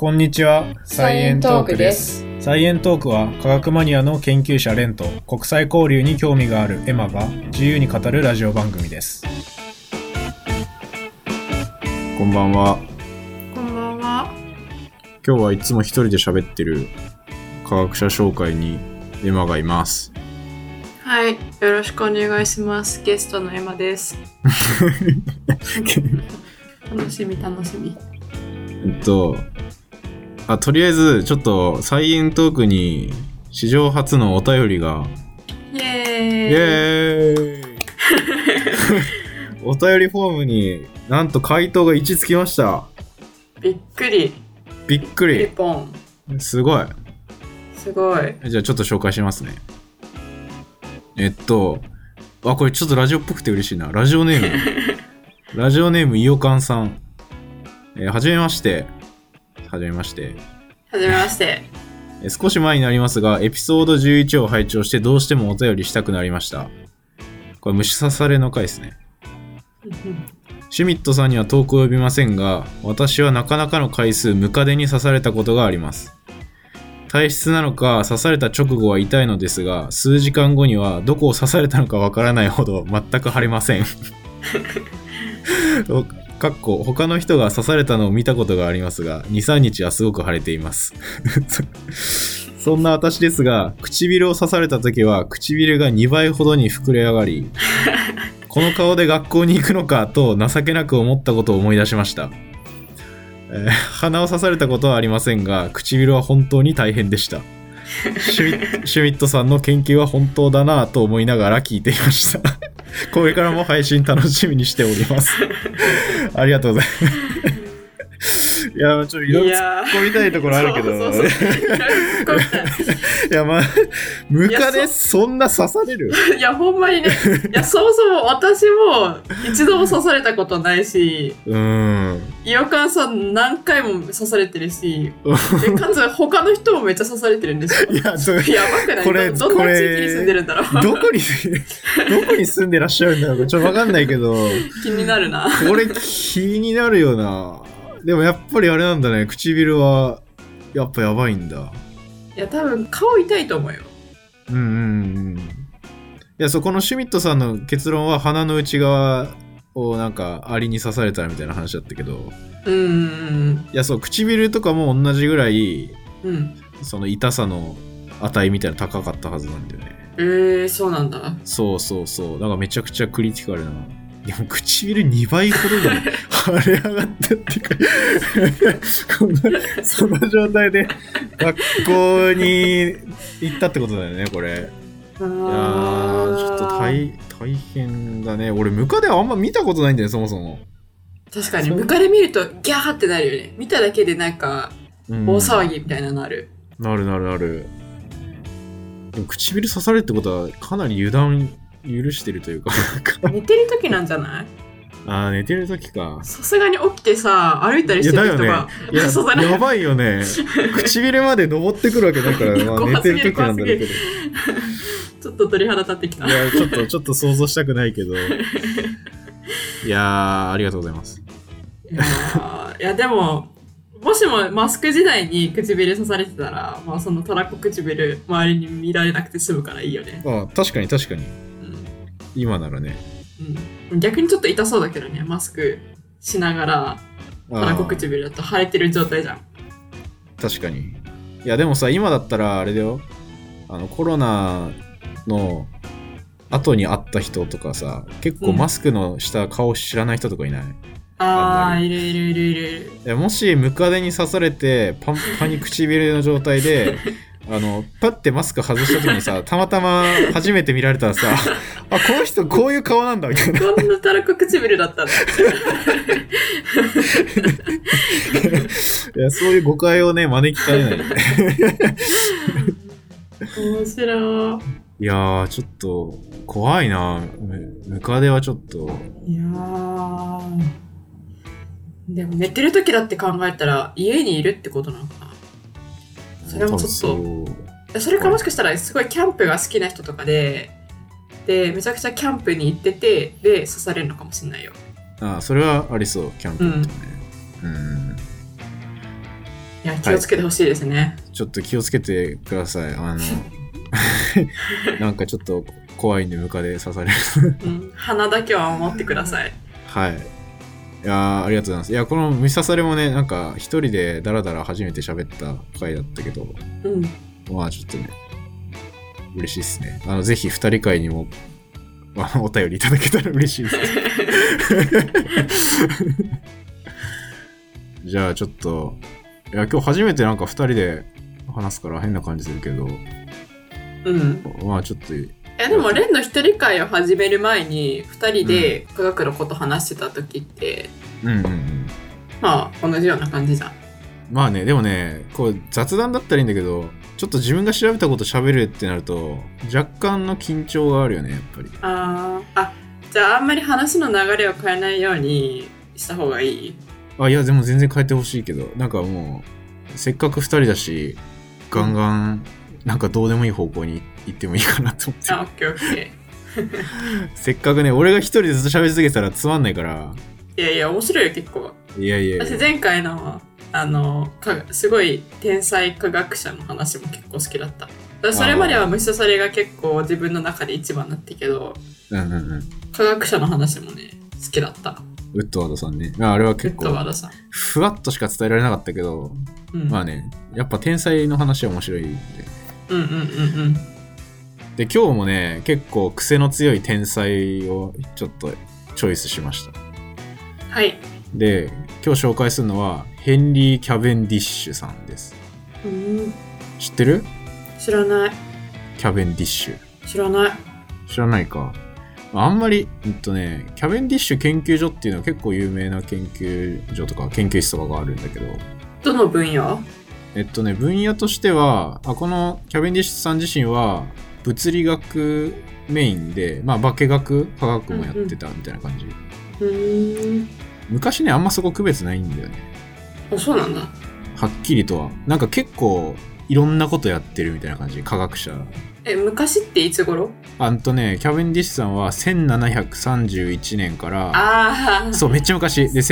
こんにちは、サイエントークです。サイエントークは科学マニアの研究者レンと国際交流に興味があるエマが自由に語るラジオ番組です。こんばんは。 こんばんは。 今日はいつも一人で喋ってる科学者紹介にエマがいます。 はい、よろしくお願いします。ゲストのエマです。楽しみ。 とりあえずちょっとサイエントークに史上初のお便りがイエーイお便りフォームになんと回答が1つきました。 びっくりポン。 すごい。じゃあちょっと紹介しますね。これちょっとラジオっぽくて嬉しいな。ラジオネームいよかんさん。はじめまして。少し前になりますが、エピソード11を拝聴してどうしてもお便りしたくなりました。これ虫刺されの回ですね。シュミットさんには遠く及びませんが、私はなかなかの回数ムカデに刺されたことがあります。体質なのか刺された直後は痛いのですが、数時間後にはどこを刺されたのかわからないほど全く腫れません。他の人が刺されたのを見たことがありますが、 2,3 日はすごく腫れています。そんな私ですが、唇を刺された時は唇が2倍ほどに膨れ上がり、この顔で学校に行くのかと情けなく思ったことを思い出しました。鼻を刺されたことはありませんが、唇は本当に大変でした。シュミットさんの研究は本当だなぁと思いながら聞いていました。これからも配信楽しみにしております。ありがとうございます。いや、ちょっといろいろ突っ込みたいところあるけど。そういや、ムカデそんな刺される？ いや、ほんまにね。いや、そもそも私も一度も刺されたことないし、いよかんさん何回も刺されてるし、でかつ他の人もめっちゃ刺されてるんですよ。いや、やばくない？どんな地域に住んでるんだろう。 どこに住んでらっしゃるんだろうかちょっとわかんないけど。 気になるな。 これ気になるよな。でもやっぱりあれなんだね、唇はやっぱやばいんだ。 いや、多分顔痛いと思うよ。 いや、そこのシュミットさんの結論は鼻の内側をなんかアリに刺されたみたいな話だったけど、いや、そう、唇とかも同じぐらい、その痛さの値みたいな高かったはずなんだよね。 そうなんだ。 そうだからめちゃくちゃクリティカルな。でも唇2倍ほどが腫れ上がったってかその状態で学校に行ったってことだよね、これ。いやー、ちょっと大変だね。俺ムカデはあんま見たことないんだよ、そもそも。 確かにムカデ見るとギャーってなるよね。見ただけでなんか大騒ぎみたいなのある。なる。でも唇刺されるってことはかなり油断許してるというか寝てる時なんじゃない？ 寝てる時か。 さすがに起きてさ、歩いたりしてる人がやばいよね。唇まで登ってくるわけだから、寝てる時なんだろうけど。 ちょっと鳥肌立ってきた。 いや、ちょっと想像したくないけど。いやー、ありがとうございます。 いやでも、もしもマスク時代に唇刺されてたら、そのたらこ唇周りに見られなくて済むからいいよね。 確かに。今ならね。 逆にちょっと痛そうだけどね、マスクしながらたらこ唇だと腫れてる状態じゃん。 確かに。いやでもさ、今だったらあれだよ、コロナの後に会った人とかさ、結構マスクの下顔知らない人とかいない？ いる。いや、もしムカデに刺されてパンパンに唇の状態でパッてマスク外した時にさ、たまたま初めて見られたらさ、この人こういう顔なんだみたいな。 こんなたらこ唇だったんだ。 いや、そういう誤解をね、招きかねない。 面白い。 いやー、ちょっと怖いな。ムカデはちょっと。 いやー、でも寝てる時だって考えたら家にいるってことなのかな。それもちょっと、それかもしかしたらすごいキャンプが好きな人とかでめちゃくちゃキャンプに行ってて、で刺されるのかもしれないよ。 それはありそう、キャンプとね。 いや、気をつけてほしいですね。 ちょっと気をつけてください。なんかちょっと怖いんでムカデ刺される、 うん、鼻だけは守ってください。 はい。いやーありがとうございます。いや、この虫刺されもね、なんか一人でダラダラ初めて喋った回だったけど、 うん、 まあちょっとね、嬉しいですね。ぜひ二人会にもお便りいただけたら嬉しいです。じゃあちょっと、いや今日初めてなんか二人で話すから変な感じするけど、 うん。 まあちょっと。 でもレンの一人会を始める前に2人で科学のこと話してた時って、まあ同じような感じじゃん。 まあね、でもね、こう雑談だったらいいんだけど、ちょっと自分が調べたこと喋るってなると若干の緊張があるよね、やっぱり。 じゃああんまり話の流れを変えないようにした方がいい？ いやでも全然変えてほしいけど、なんかもうせっかく2人だしガンガンなんかどうでもいい方向に行ってもいいかなと思って。 オッケーオッケー。せっかくね、俺が一人でずっと喋り続けたらつまんないから。 いやいや、面白いよ結構。 いやいやいや。 私前回のすごい天才科学者の話も結構好きだった。それまでは虫刺されが結構自分の中で一番だったけど、科学者の話もね好きだった。 ウッドワードさんね。あれは結構ふわっとしか伝えられなかったけど、まあね、やっぱ天才の話は面白いんで。で今日もね結構癖の強い天才をちょっとチョイスしました。 はい。 で今日紹介するのはヘンリー・キャベンディッシュさんです。知ってる？ 知らない。 キャベンディッシュ。 知らない。 知らないか。あんまりキャベンディッシュ研究所っていうのは結構有名な研究所とか研究室とかがあるんだけど。 どの分野？ 分野としてはこのキャベンディッシュさん自身は物理学メインで、まあ化学科学もやってたみたいな感じ。昔ねあんまそこ区別ないんだよね。 あ、そうなんだ。 はっきりとはなんか結構いろんなことやってるみたいな感じ、科学者。 昔っていつ頃？ キャベンディッシュさんは1731年からそうめっちゃ昔で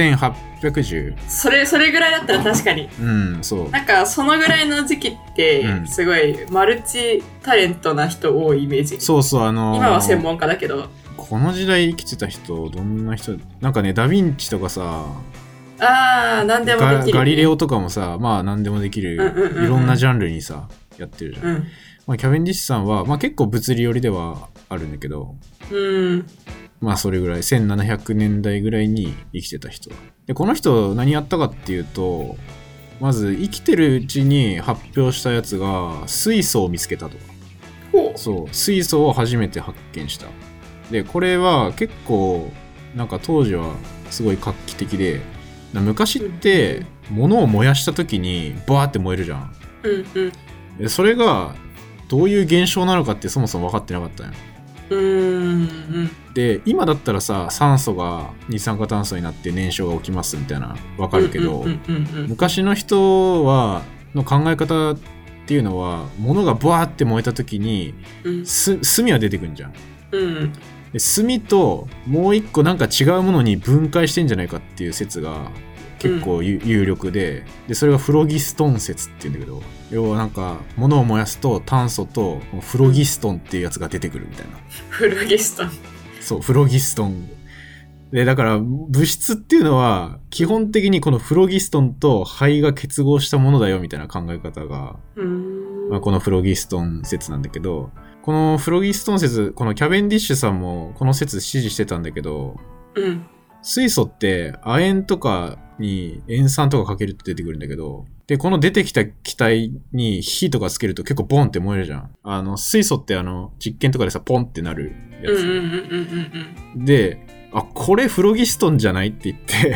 1810。 それぐらいだったら確かに。 そう。 なんかそのぐらいの時期ってすごいマルチタレントな人多いイメージ。 そうそう今は専門家だけど。 この時代生きてた人どんな人？なんかねダヴィンチとかさ。 何でもできる。 ガリレオとかもさ、まあ何でもできる、いろんなジャンルにさやってるじゃん。キャベンディッシュさんは、結構物理寄りではあるんだけど、それぐらい1700年代ぐらいに生きてた人で、この人何やったかっていうと、まず生きてるうちに発表したやつが水素を見つけたとか。そう、水素を初めて発見した。でこれは結構なんか当時はすごい画期的で、昔って物を燃やした時にバーって燃えるじゃん。でそれがどういう現象なのかってそもそも分かってなかったのよ。で今だったらさ、酸素が二酸化炭素になって燃焼が起きますみたいな分かるけど、昔の人の考え方っていうのは、物がバーって燃えた時に、炭は出てくるんじゃん。で炭ともう一個なんか違うものに分解してんじゃないかっていう説が結構有力で、それがフロギストン説っていうんだけど、要はなんか物を燃やすと炭素とフロギストンっていうやつが出てくるみたいな。 フロギストン。 そう、フロギストンで、だから物質っていうのは基本的にこのフロギストンと灰が結合したものだよみたいな考え方が、このフロギストン説なんだけど、このフロギストン説、このキャベンディッシュさんもこの説支持してたんだけど、水素って亜鉛とかに塩酸とかかけると出てくるんだけど、でこの出てきた気体に火とかつけると結構ボンって燃えるじゃん。水素って実験とかでさポンってなるやつで、これフロギストンじゃないって言って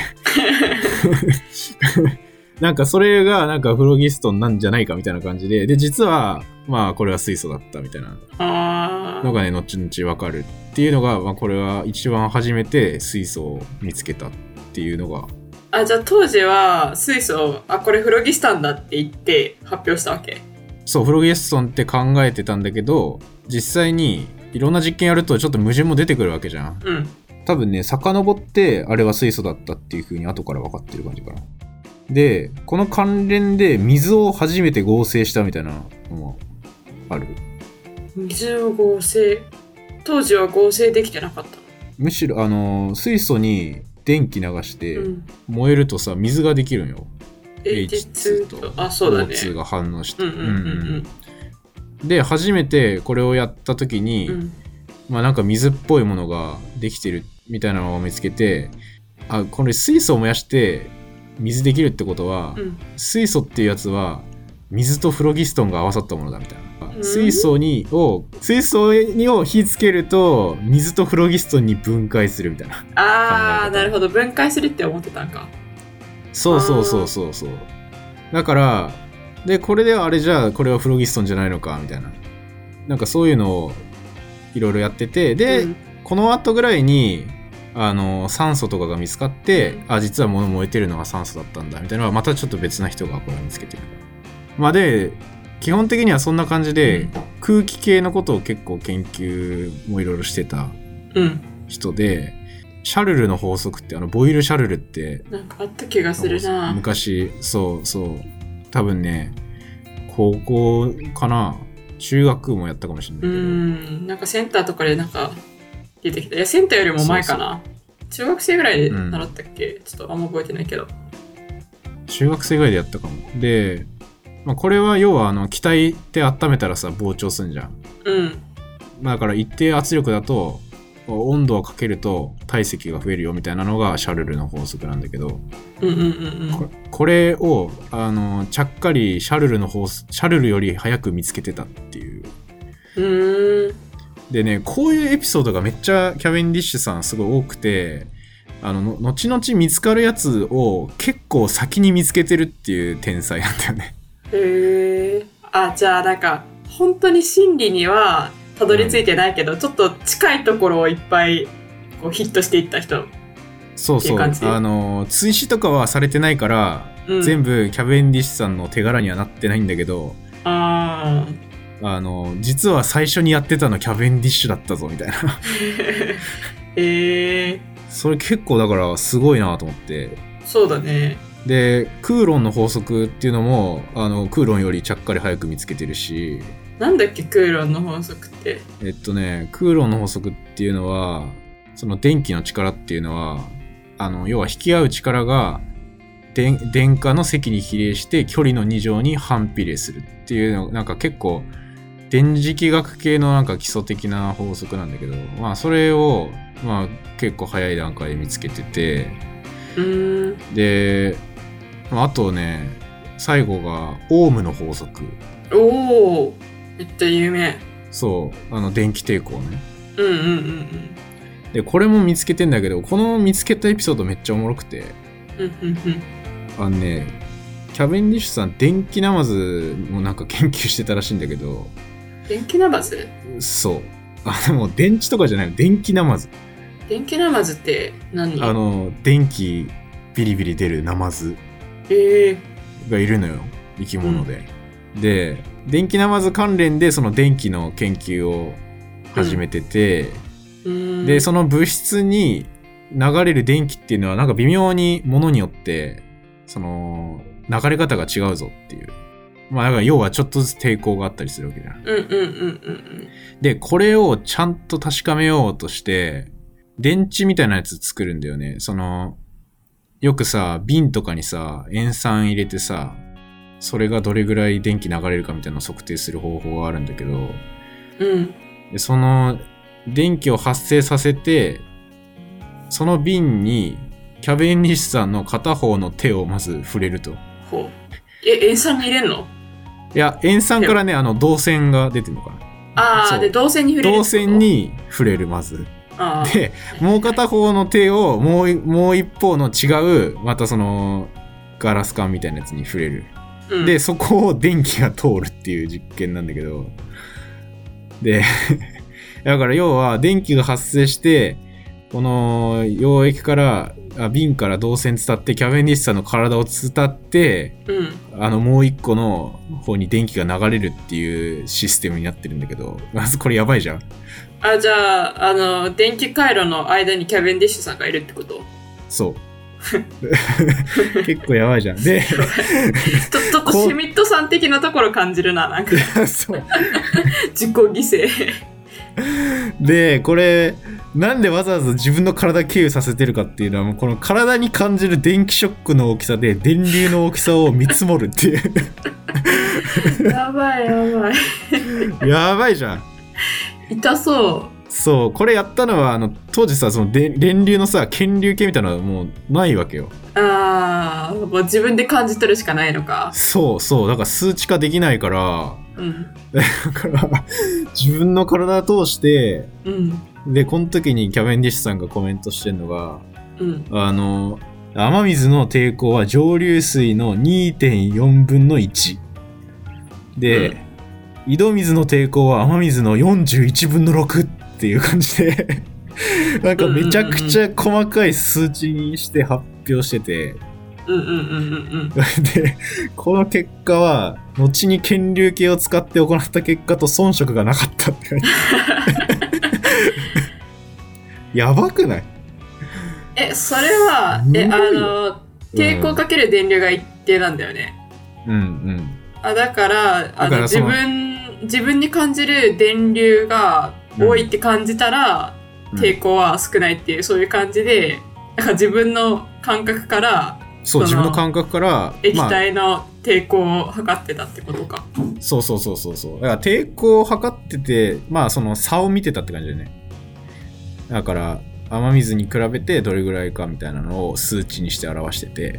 なんかそれがなんかフロギストンなんじゃないかみたいな感じで、実はこれは水素だったみたいなのがね後々わかるっていうのが、これは一番初めて水素を見つけたっていうのが。 じゃあ当時は水素これフロギストンだって言って発表したわけ？ そう、フロギストンって考えてたんだけど、実際にいろんな実験やるとちょっと矛盾も出てくるわけじゃん。多分ね、遡ってあれは水素だったっていう風に後から分かってる感じかな。 で、この関連で水を初めて合成したみたいなのもある。 水を合成。当時は合成できてなかった。 むしろ水素に電気流して燃えるとさ、水ができるんよ。 H2 と、あ、そうだね。 O2 が反応して。で、初めてこれをやった時に、まあなんか水っぽいものができてるみたいなのを見つけて、あ、これ水素を燃やして水できるってことは、水素っていうやつは水とフロギストンが合わさったものだみたいな。水素に火つけると水とフロギストンに分解するみたいな。 ああ、なるほど。分解するって思ってたんか。 そう。だからでこれではあれじゃあこれはフロギストンじゃないのかみたいな。なんかそういうのをいろいろやってて、で、この後ぐらいに酸素とかが見つかって、あ、実は燃えてるのが酸素だったんだみたいなのはまたちょっと別な人がこれを見つけてる。まあで基本的にはそんな感じで、空気系のことを結構研究もいろいろしてた人で、シャルルの法則ってボイル・シャルルってなんかあった気がするな。 昔そう多分ね高校かな中学もやったかもしれないけど、 なんかセンターとかでなんか出てきた。いやセンターよりも前かな。中学生ぐらいで習ったっけ、ちょっとあんま覚えてないけど。 中学生ぐらいでやったかも。でまあ、これは要は気体って温めたらさ膨張すんじゃん。だから一定圧力だと温度をかけると体積が増えるよみたいなのがシャルルの法則なんだけど、これをちゃっかりシャルルより早く見つけてたっていう。でね、こういうエピソードがめっちゃキャベンディッシュさんすごい多くて、後々見つかるやつを結構先に見つけてるっていう天才なんだよね。 へえ。あ、じゃあなんか本当に真理にはたどり着いてないけど、ちょっと近いところをいっぱいこうヒットしていった人。 そう追試とかはされてないから、全部キャベンディッシュさんの手柄にはなってないんだけど、実は最初にやってたのキャベンディッシュだったぞみたいな。それ結構だからすごいなと思って。 そうだね。 でクーロンの法則っていうのもクーロンよりちゃっかり早く見つけてるし。 なんだっけクーロンの法則って。 クーロンの法則っていうのはその電気の力っていうのは要は引き合う力が電荷の積に比例して距離の2乗に反比例するっていうのなんか結構電磁気学系のなんか基礎的な法則なんだけど、まあそれをまあ結構早い段階で見つけてて、であとね最後がオームの法則。 おお、めっちゃ有名。 そう電気抵抗ね。でこれも見つけてんだけど、この見つけたエピソードめっちゃおもろくて、キャベンディッシュさん電気ナマズもなんか研究してたらしいんだけど。 電気ナマズ？ そう。でも電池とかじゃないの、電気ナマズ。 電気ナマズって何？ 電気ビリビリ出るナマズがいるのよ、生き物で。で電気ナマズ関連でその電気の研究を始めてて、でその物質に流れる電気っていうのはなんか微妙に物によってその流れ方が違うぞっていう。まあだから要はちょっとずつ抵抗があったりするわけじゃん。でこれをちゃんと確かめようとして電池みたいなやつ作るんだよね。よくさ瓶とかにさ塩酸入れてさ、それがどれぐらい電気流れるかみたいなのを測定する方法があるんだけど、でその電気を発生させて、その瓶にキャベンディッシュさんの片方の手をまず触れると。 塩酸に入れんの？ いや塩酸からね導線が出てるのかな。 で導線に触れる。 導線に触れるまず。でもう片方の手をもう一方の違うまたそのガラス管みたいなやつに触れる。でそこを電気が通るっていう実験なんだけど、でだから要は電気が発生してこの溶液から瓶から導線伝ってキャベンディッシュさんの体を伝って、もう一個の方に電気が流れるっていうシステムになってるんだけど、まずこれやばいじゃん。 じゃあ電気回路の間にキャベンディッシュさんがいるってこと？ そう結構やばいじゃん。で、 ちょっとシュミットさん的なところ感じるな、なんか。 そう。 自己犠牲。 で、これ、なんでわざわざ自分の体経由させてるかっていうのは、もうこの体に感じる電気ショックの大きさで、電流の大きさを見積もるっていう。 やばいやばい。 やばいじゃん。 痛そう。 そう、これやったのは、当時さ、その電流のさ、検流計みたいなのはもうないわけよ。 ああ、もう自分で感じ取るしかないのか。 そうそう、だから数値化できないから、 うん。 だから自分の体通して、 うん。 で、この時にキャベンディッシュさんがコメントしてるのが、 うん。 雨水の抵抗は蒸留水の 2.4 分の1。で、井戸水の抵抗は雨水の41分の6っていう感じで、なんかめちゃくちゃ細かい数値にして発表してて、で、この結果は、後に検流計を使って行った結果と遜色がなかったって書いてやばくない？ それは、抵抗かける電流が一定なんだよね。 うんうん。 だから自分に感じる電流が多いって感じたら、抵抗は少ないっていう、そういう感じで、なんか自分の感覚から、 自分の感覚から液体の抵抗を測ってたってことか。 そう。だから抵抗を測ってて、まあその差を見てたって感じだよね。だから雨水に比べてどれぐらいかみたいなのを数値にして表してて。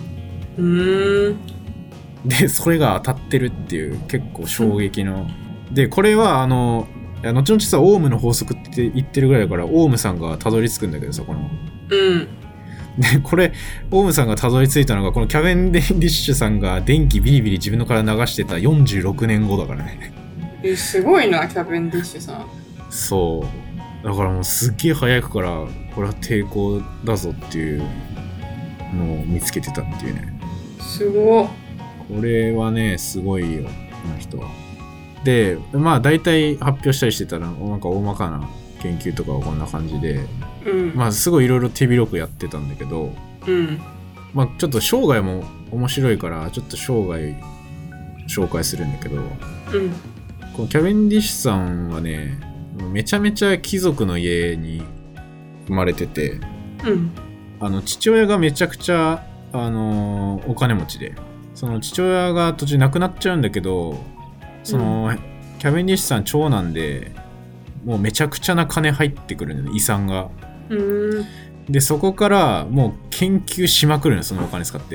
で、それが当たってるっていう結構衝撃の。で、これは後々さ、オウムの法則って言ってるぐらいだから、オウムさんがたどり着くんだけどさ、この。で、これ、オウムさんがたどり着いたのが、このキャベンディッシュさんが電気ビリビリ自分の体流してた46年後だからね。 すごいな、キャベンディッシュさん。 そう。だからもうすっげえ早くから、これは抵抗だぞっていうのを見つけてたっていうね。 すごい。 これはね、すごいよ、この人は。で、まあ大体発表したりしてたら、なんか大まかな研究とかはこんな感じで、まあすごいいろいろ手広くやってたんだけど、まあちょっと生涯も面白いから、ちょっと生涯紹介するんだけど、このキャベンディッシュさんはね、めちゃめちゃ貴族の家に生まれてて、父親がめちゃくちゃお金持ちで、その父親が途中亡くなっちゃうんだけど、その、キャベンディッシュさん長男で、もうめちゃくちゃな金入ってくるんだよね、遺産が。で、そこからもう研究しまくるの、そのお金使って。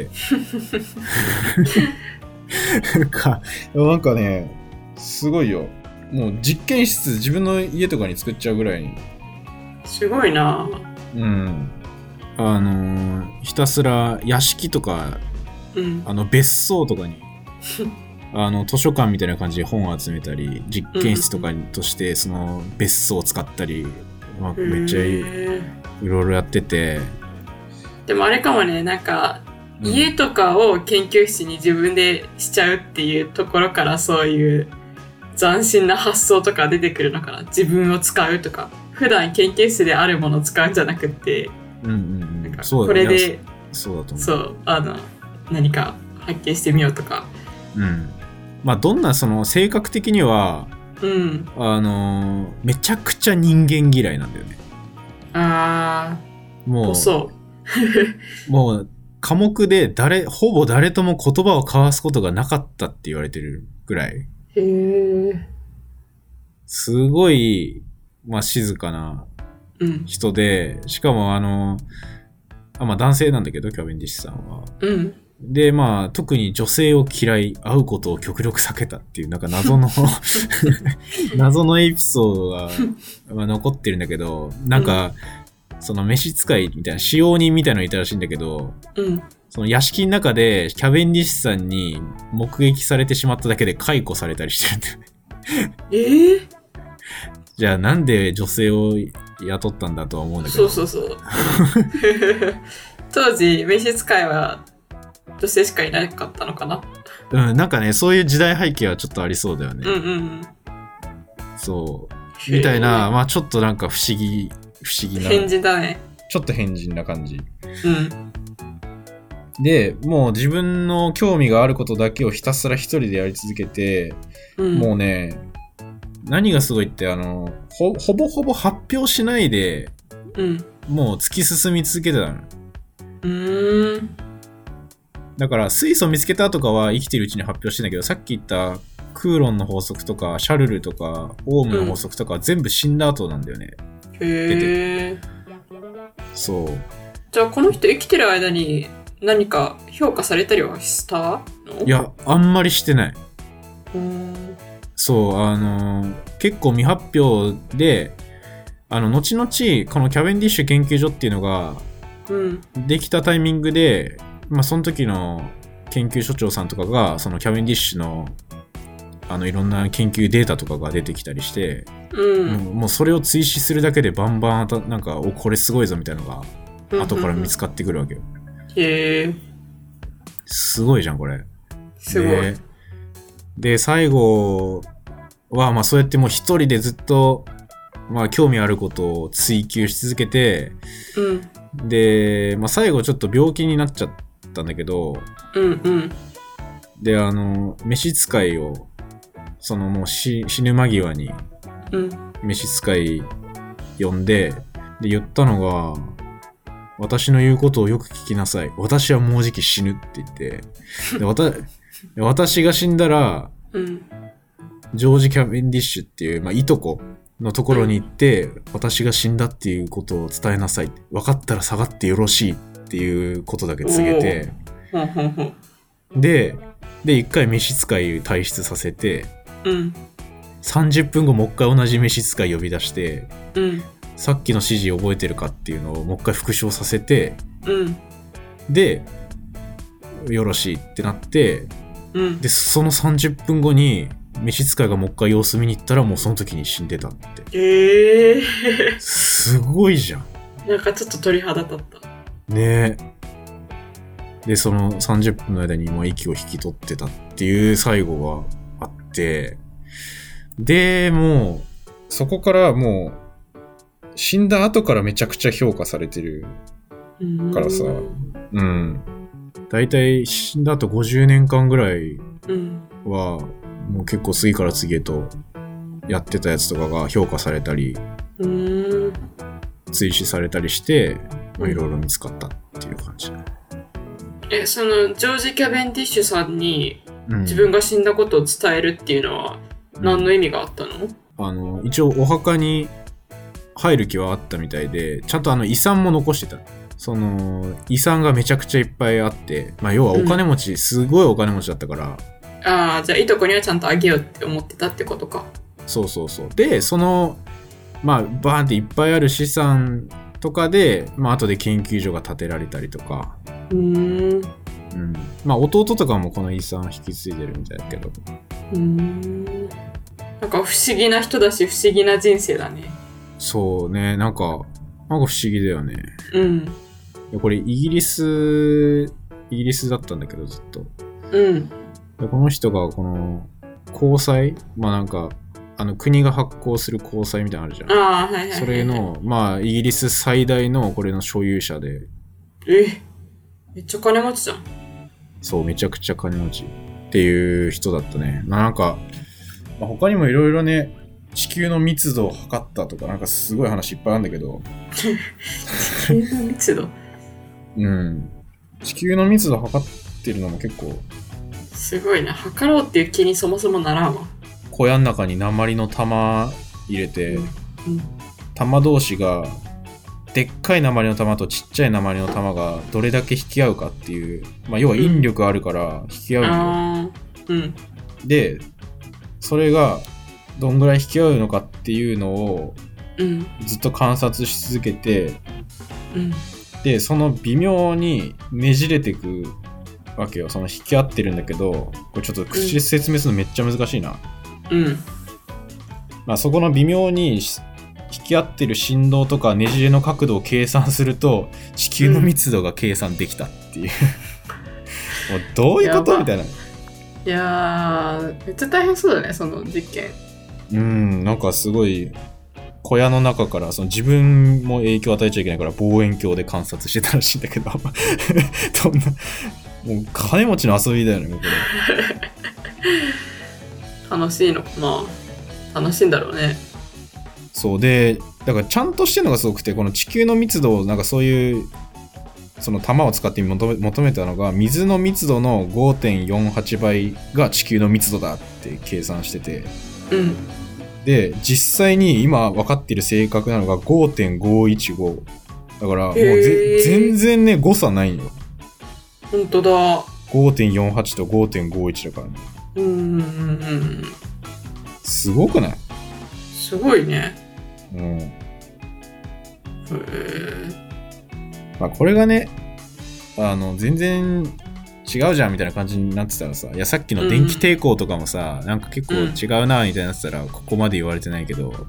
なんかね、すごいよ。もう実験室自分の家とかに作っちゃうぐらいに。 すごいな。 ひたすら屋敷とか、別荘とかに図書館みたいな感じで本を集めたり、実験室とかとしてその別荘を使ったり、めっちゃいろいろやってて。 でもあれかもね、なんか家とかを研究室に自分でしちゃうっていうところから、そういう斬新な発想とか出てくるのかな。自分を使うとか、普段研究室であるものを使うんじゃなくて、なんかこれでそうだと思う。 そう何か発見してみようとか。 まあどんなその性格的には、めちゃくちゃ人間嫌いなんだよね。もう科目でほぼ誰とも言葉を交わすことがなかったって言われてるぐらい。すごい、まあ静かな人で、しかもまあ男性なんだけど、キャベンディッシュさんは。で、まあ、特に女性を嫌い、会うことを極力避けたっていう、なんか謎の謎のエピソードが、まあ、残ってるんだけど、なんか、その召使いみたいな、使用人みたいなのいたらしいんだけど、その屋敷の中でキャベンディッシュさんに目撃されてしまっただけで解雇されたりしてるんだよね。じゃあなんで女性を雇ったんだとは思うんだけど。 そう当時召使いは女性しかいなかったのかな。 なんかね、そういう時代背景はちょっとありそうだよね。そうみたいな、まあちょっとなんか不思議な変人だね。 ちょっと変人な感じ。 で、もう自分の興味があることだけをひたすら一人でやり続けて、もうね、何がすごいって、ほぼほぼ発表しないで、もう突き進み続けてたの。だから、水素見つけたとかは生きてるうちに発表してんだけど、さっき言ったクーロンの法則とか、シャルルとか、オウムの法則とかは全部死んだ後なんだよね。 へー。 そう。 じゃあ、この人生きてる間に何か評価されたりはしたの？ いや、あんまりしてない。そう、結構未発表で、後々、このキャベンディッシュ研究所っていうのが、できたタイミングで、まあ、その時の研究所長さんとかが、そのキャベンディッシュの、いろんな研究データとかが出てきたりして、もうそれを追試するだけでバンバン、なんか、これすごいぞみたいなのが、後から見つかってくるわけよ。 へー。 すごいじゃん、これ。 すごい。 で、最後は、まあ、そうやってもう一人でずっと、まあ、興味あることを追求し続けて、で、まあ、最後ちょっと病気になっちゃったんだけど、で、召使いを、もう死ぬ間際に、召使い呼んで、で、言ったのが、私の言うことをよく聞きなさい。私はもうじき死ぬって言って、で私が死んだら、ジョージ・キャベンディッシュっていう、まあ、いとこのところに行って、私が死んだっていうことを伝えなさい。分かったら下がってよろしいっていうことだけ告げて、で、一回召使い退出させて、30分後もう一回同じ召使い呼び出して、さっきの指示覚えてるかっていうのをもう一回復唱させて、で、よろしいってなって、で、その30分後に、召使いがもう一回様子見に行ったらもうその時に死んでたって。すごいじゃん。 なんかちょっと鳥肌立った。 ねえ。で、その30分の間にもう息を引き取ってたっていう最後があって、で、もう、そこからもう、死んだ後からめちゃくちゃ評価されてるからさ、だいたい死んだ後50年間ぐらいは、もう結構次から次へとやってたやつとかが評価されたり、追試されたりして、いろいろ見つかったっていう感じ。 そのジョージ・キャベンディッシュさんに自分が死んだことを伝えるっていうのは何の意味があったの？ 一応お墓に入る気はあったみたいで、ちゃんと遺産も残してた。その遺産がめちゃくちゃいっぱいあって、まあ要はお金持ち、すごいお金持ちだったから。 ああ、じゃあいとこにはちゃんとあげようって思ってたってことか。 そう。で、まあバーンっていっぱいある資産とかで、まあ後で研究所が建てられたりとか。まあ弟とかもこの遺産引き継いでるみたいだけど。 なんか不思議な人だし不思議な人生だね。 そうね、なんか不思議だよね。いやこれイギリスだったんだけどずっと。でこの人がこの公債、まあなんか国が発行する公債みたいなのあるじゃん。それのまあイギリス最大のこれの所有者で。 めっちゃ金持ちじゃん。 そう、めちゃくちゃ金持ちっていう人だったね。なんか、まあ、他にもいろいろね、地球の密度を測ったとか、なんかすごい話いっぱいあるんだけど。 地球の密度？ 地球の密度を測ってるのも結構。 すごいな。測ろうっていう気にそもそもならんわ。 小屋の中に鉛の玉入れて、玉同士が、でっかい鉛の玉とちっちゃい鉛の玉がどれだけ引き合うかっていう、まあ要は引力あるから引き合うのよ。で、それがどんぐらい引き合うのかっていうのをずっと観察し続けて、で、その微妙にねじれていくわけよ。その引き合ってるんだけど、これちょっと口で説明するのめっちゃ難しいな。まあそこの微妙に引き合ってる振動とかねじれの角度を計算すると地球の密度が計算できたっていう、もうどういうことみたいな。 いやーめっちゃ大変そうだねその実験。 なんかすごい小屋の中からその自分も影響を与えちゃいけないから望遠鏡で観察してたらしいんだけどどんなもう金持ちの遊びだよねもうこれ楽しいのかな。楽しいんだろうね。 そうでだからちゃんとしてるのがすごくて、この地球の密度をなんかそういうその玉を使って求めたのが、水の密度の 5.48 倍が地球の密度だって計算してて、 うん、 で実際に今分かっている正確なのが 5.515 だからもう全然ね誤差ないんよ。 ほんとだ。 5.48 と 5.51 だからね。すごくない？ すごいね。 うん。まあこれがね、全然違うじゃんみたいな感じになってたらさ、いやさっきの電気抵抗とかもさ、なんか結構違うなみたいになってたら、ここまで言われてないけど、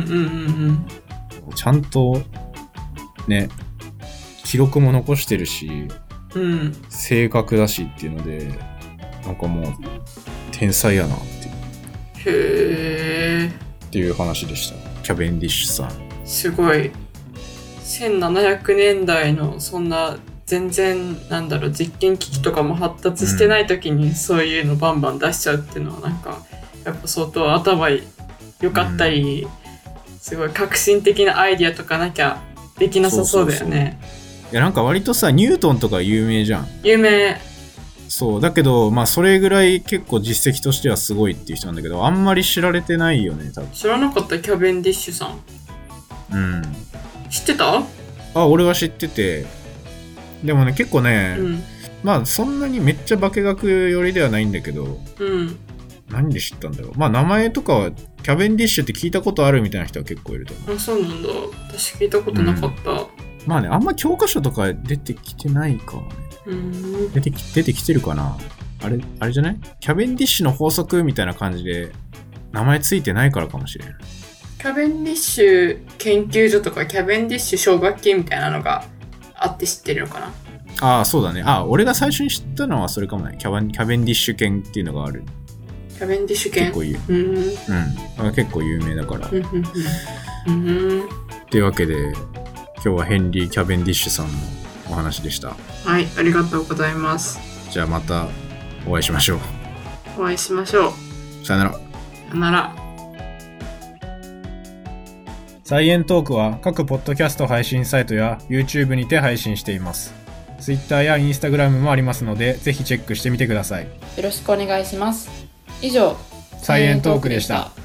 ちゃんとね、記録も残してるし、正確だしっていうので、なんかもう天才やなっていう。 へー。 っていう話でした。キャベンディッシュさん。 すごい。1700年代のそんな全然実験機器とかも発達してない時にそういうのバンバン出しちゃうっていうのはなんかやっぱ相当頭良かったり、すごい革新的なアイディアとかなきゃできなさそうだよね。 いやなんか割とさニュートンとか有名じゃん。 有名。 そうだけどまあそれぐらい結構実績としてはすごいっていう人なんだけど、あんまり知られてないよね多分。 知らなかった。キャベンディッシュさん。知ってた？ 俺は知ってて、でもね結構ね、まあそんなにめっちゃ化学寄りではないんだけど、何で知ったんだろう。まあ名前とかはキャベンディッシュって聞いたことあるみたいな人は結構いると思う。 あ、そうなんだ。私聞いたことなかった。 まあね、あんま教科書とか出てきてないかもね。出てきてるかな。あれじゃない？キャベンディッシュの法則みたいな感じで名前ついてないからかもしれない。 キャベンディッシュ研究所とかキャベンディッシュ奨学金みたいなのがあって知ってるのかな。 ああそうだね。俺が最初に知ったのはそれかもね。キャベンディッシュ券っていうのがある。 キャベンディッシュ券結構結構有名だから。というわけで今日はヘンリー・キャベンディッシュさんのお話でした。 はい、ありがとうございます。 じゃあまたお会いしましょう。 お会いしましょう。 さよなら。 さよなら。 サイエントークは各ポッドキャスト配信サイトや YouTube にて配信しています。Twitter や Instagram もありますので、ぜひチェックしてみてください。 よろしくお願いします。以上、 サイエントークでした。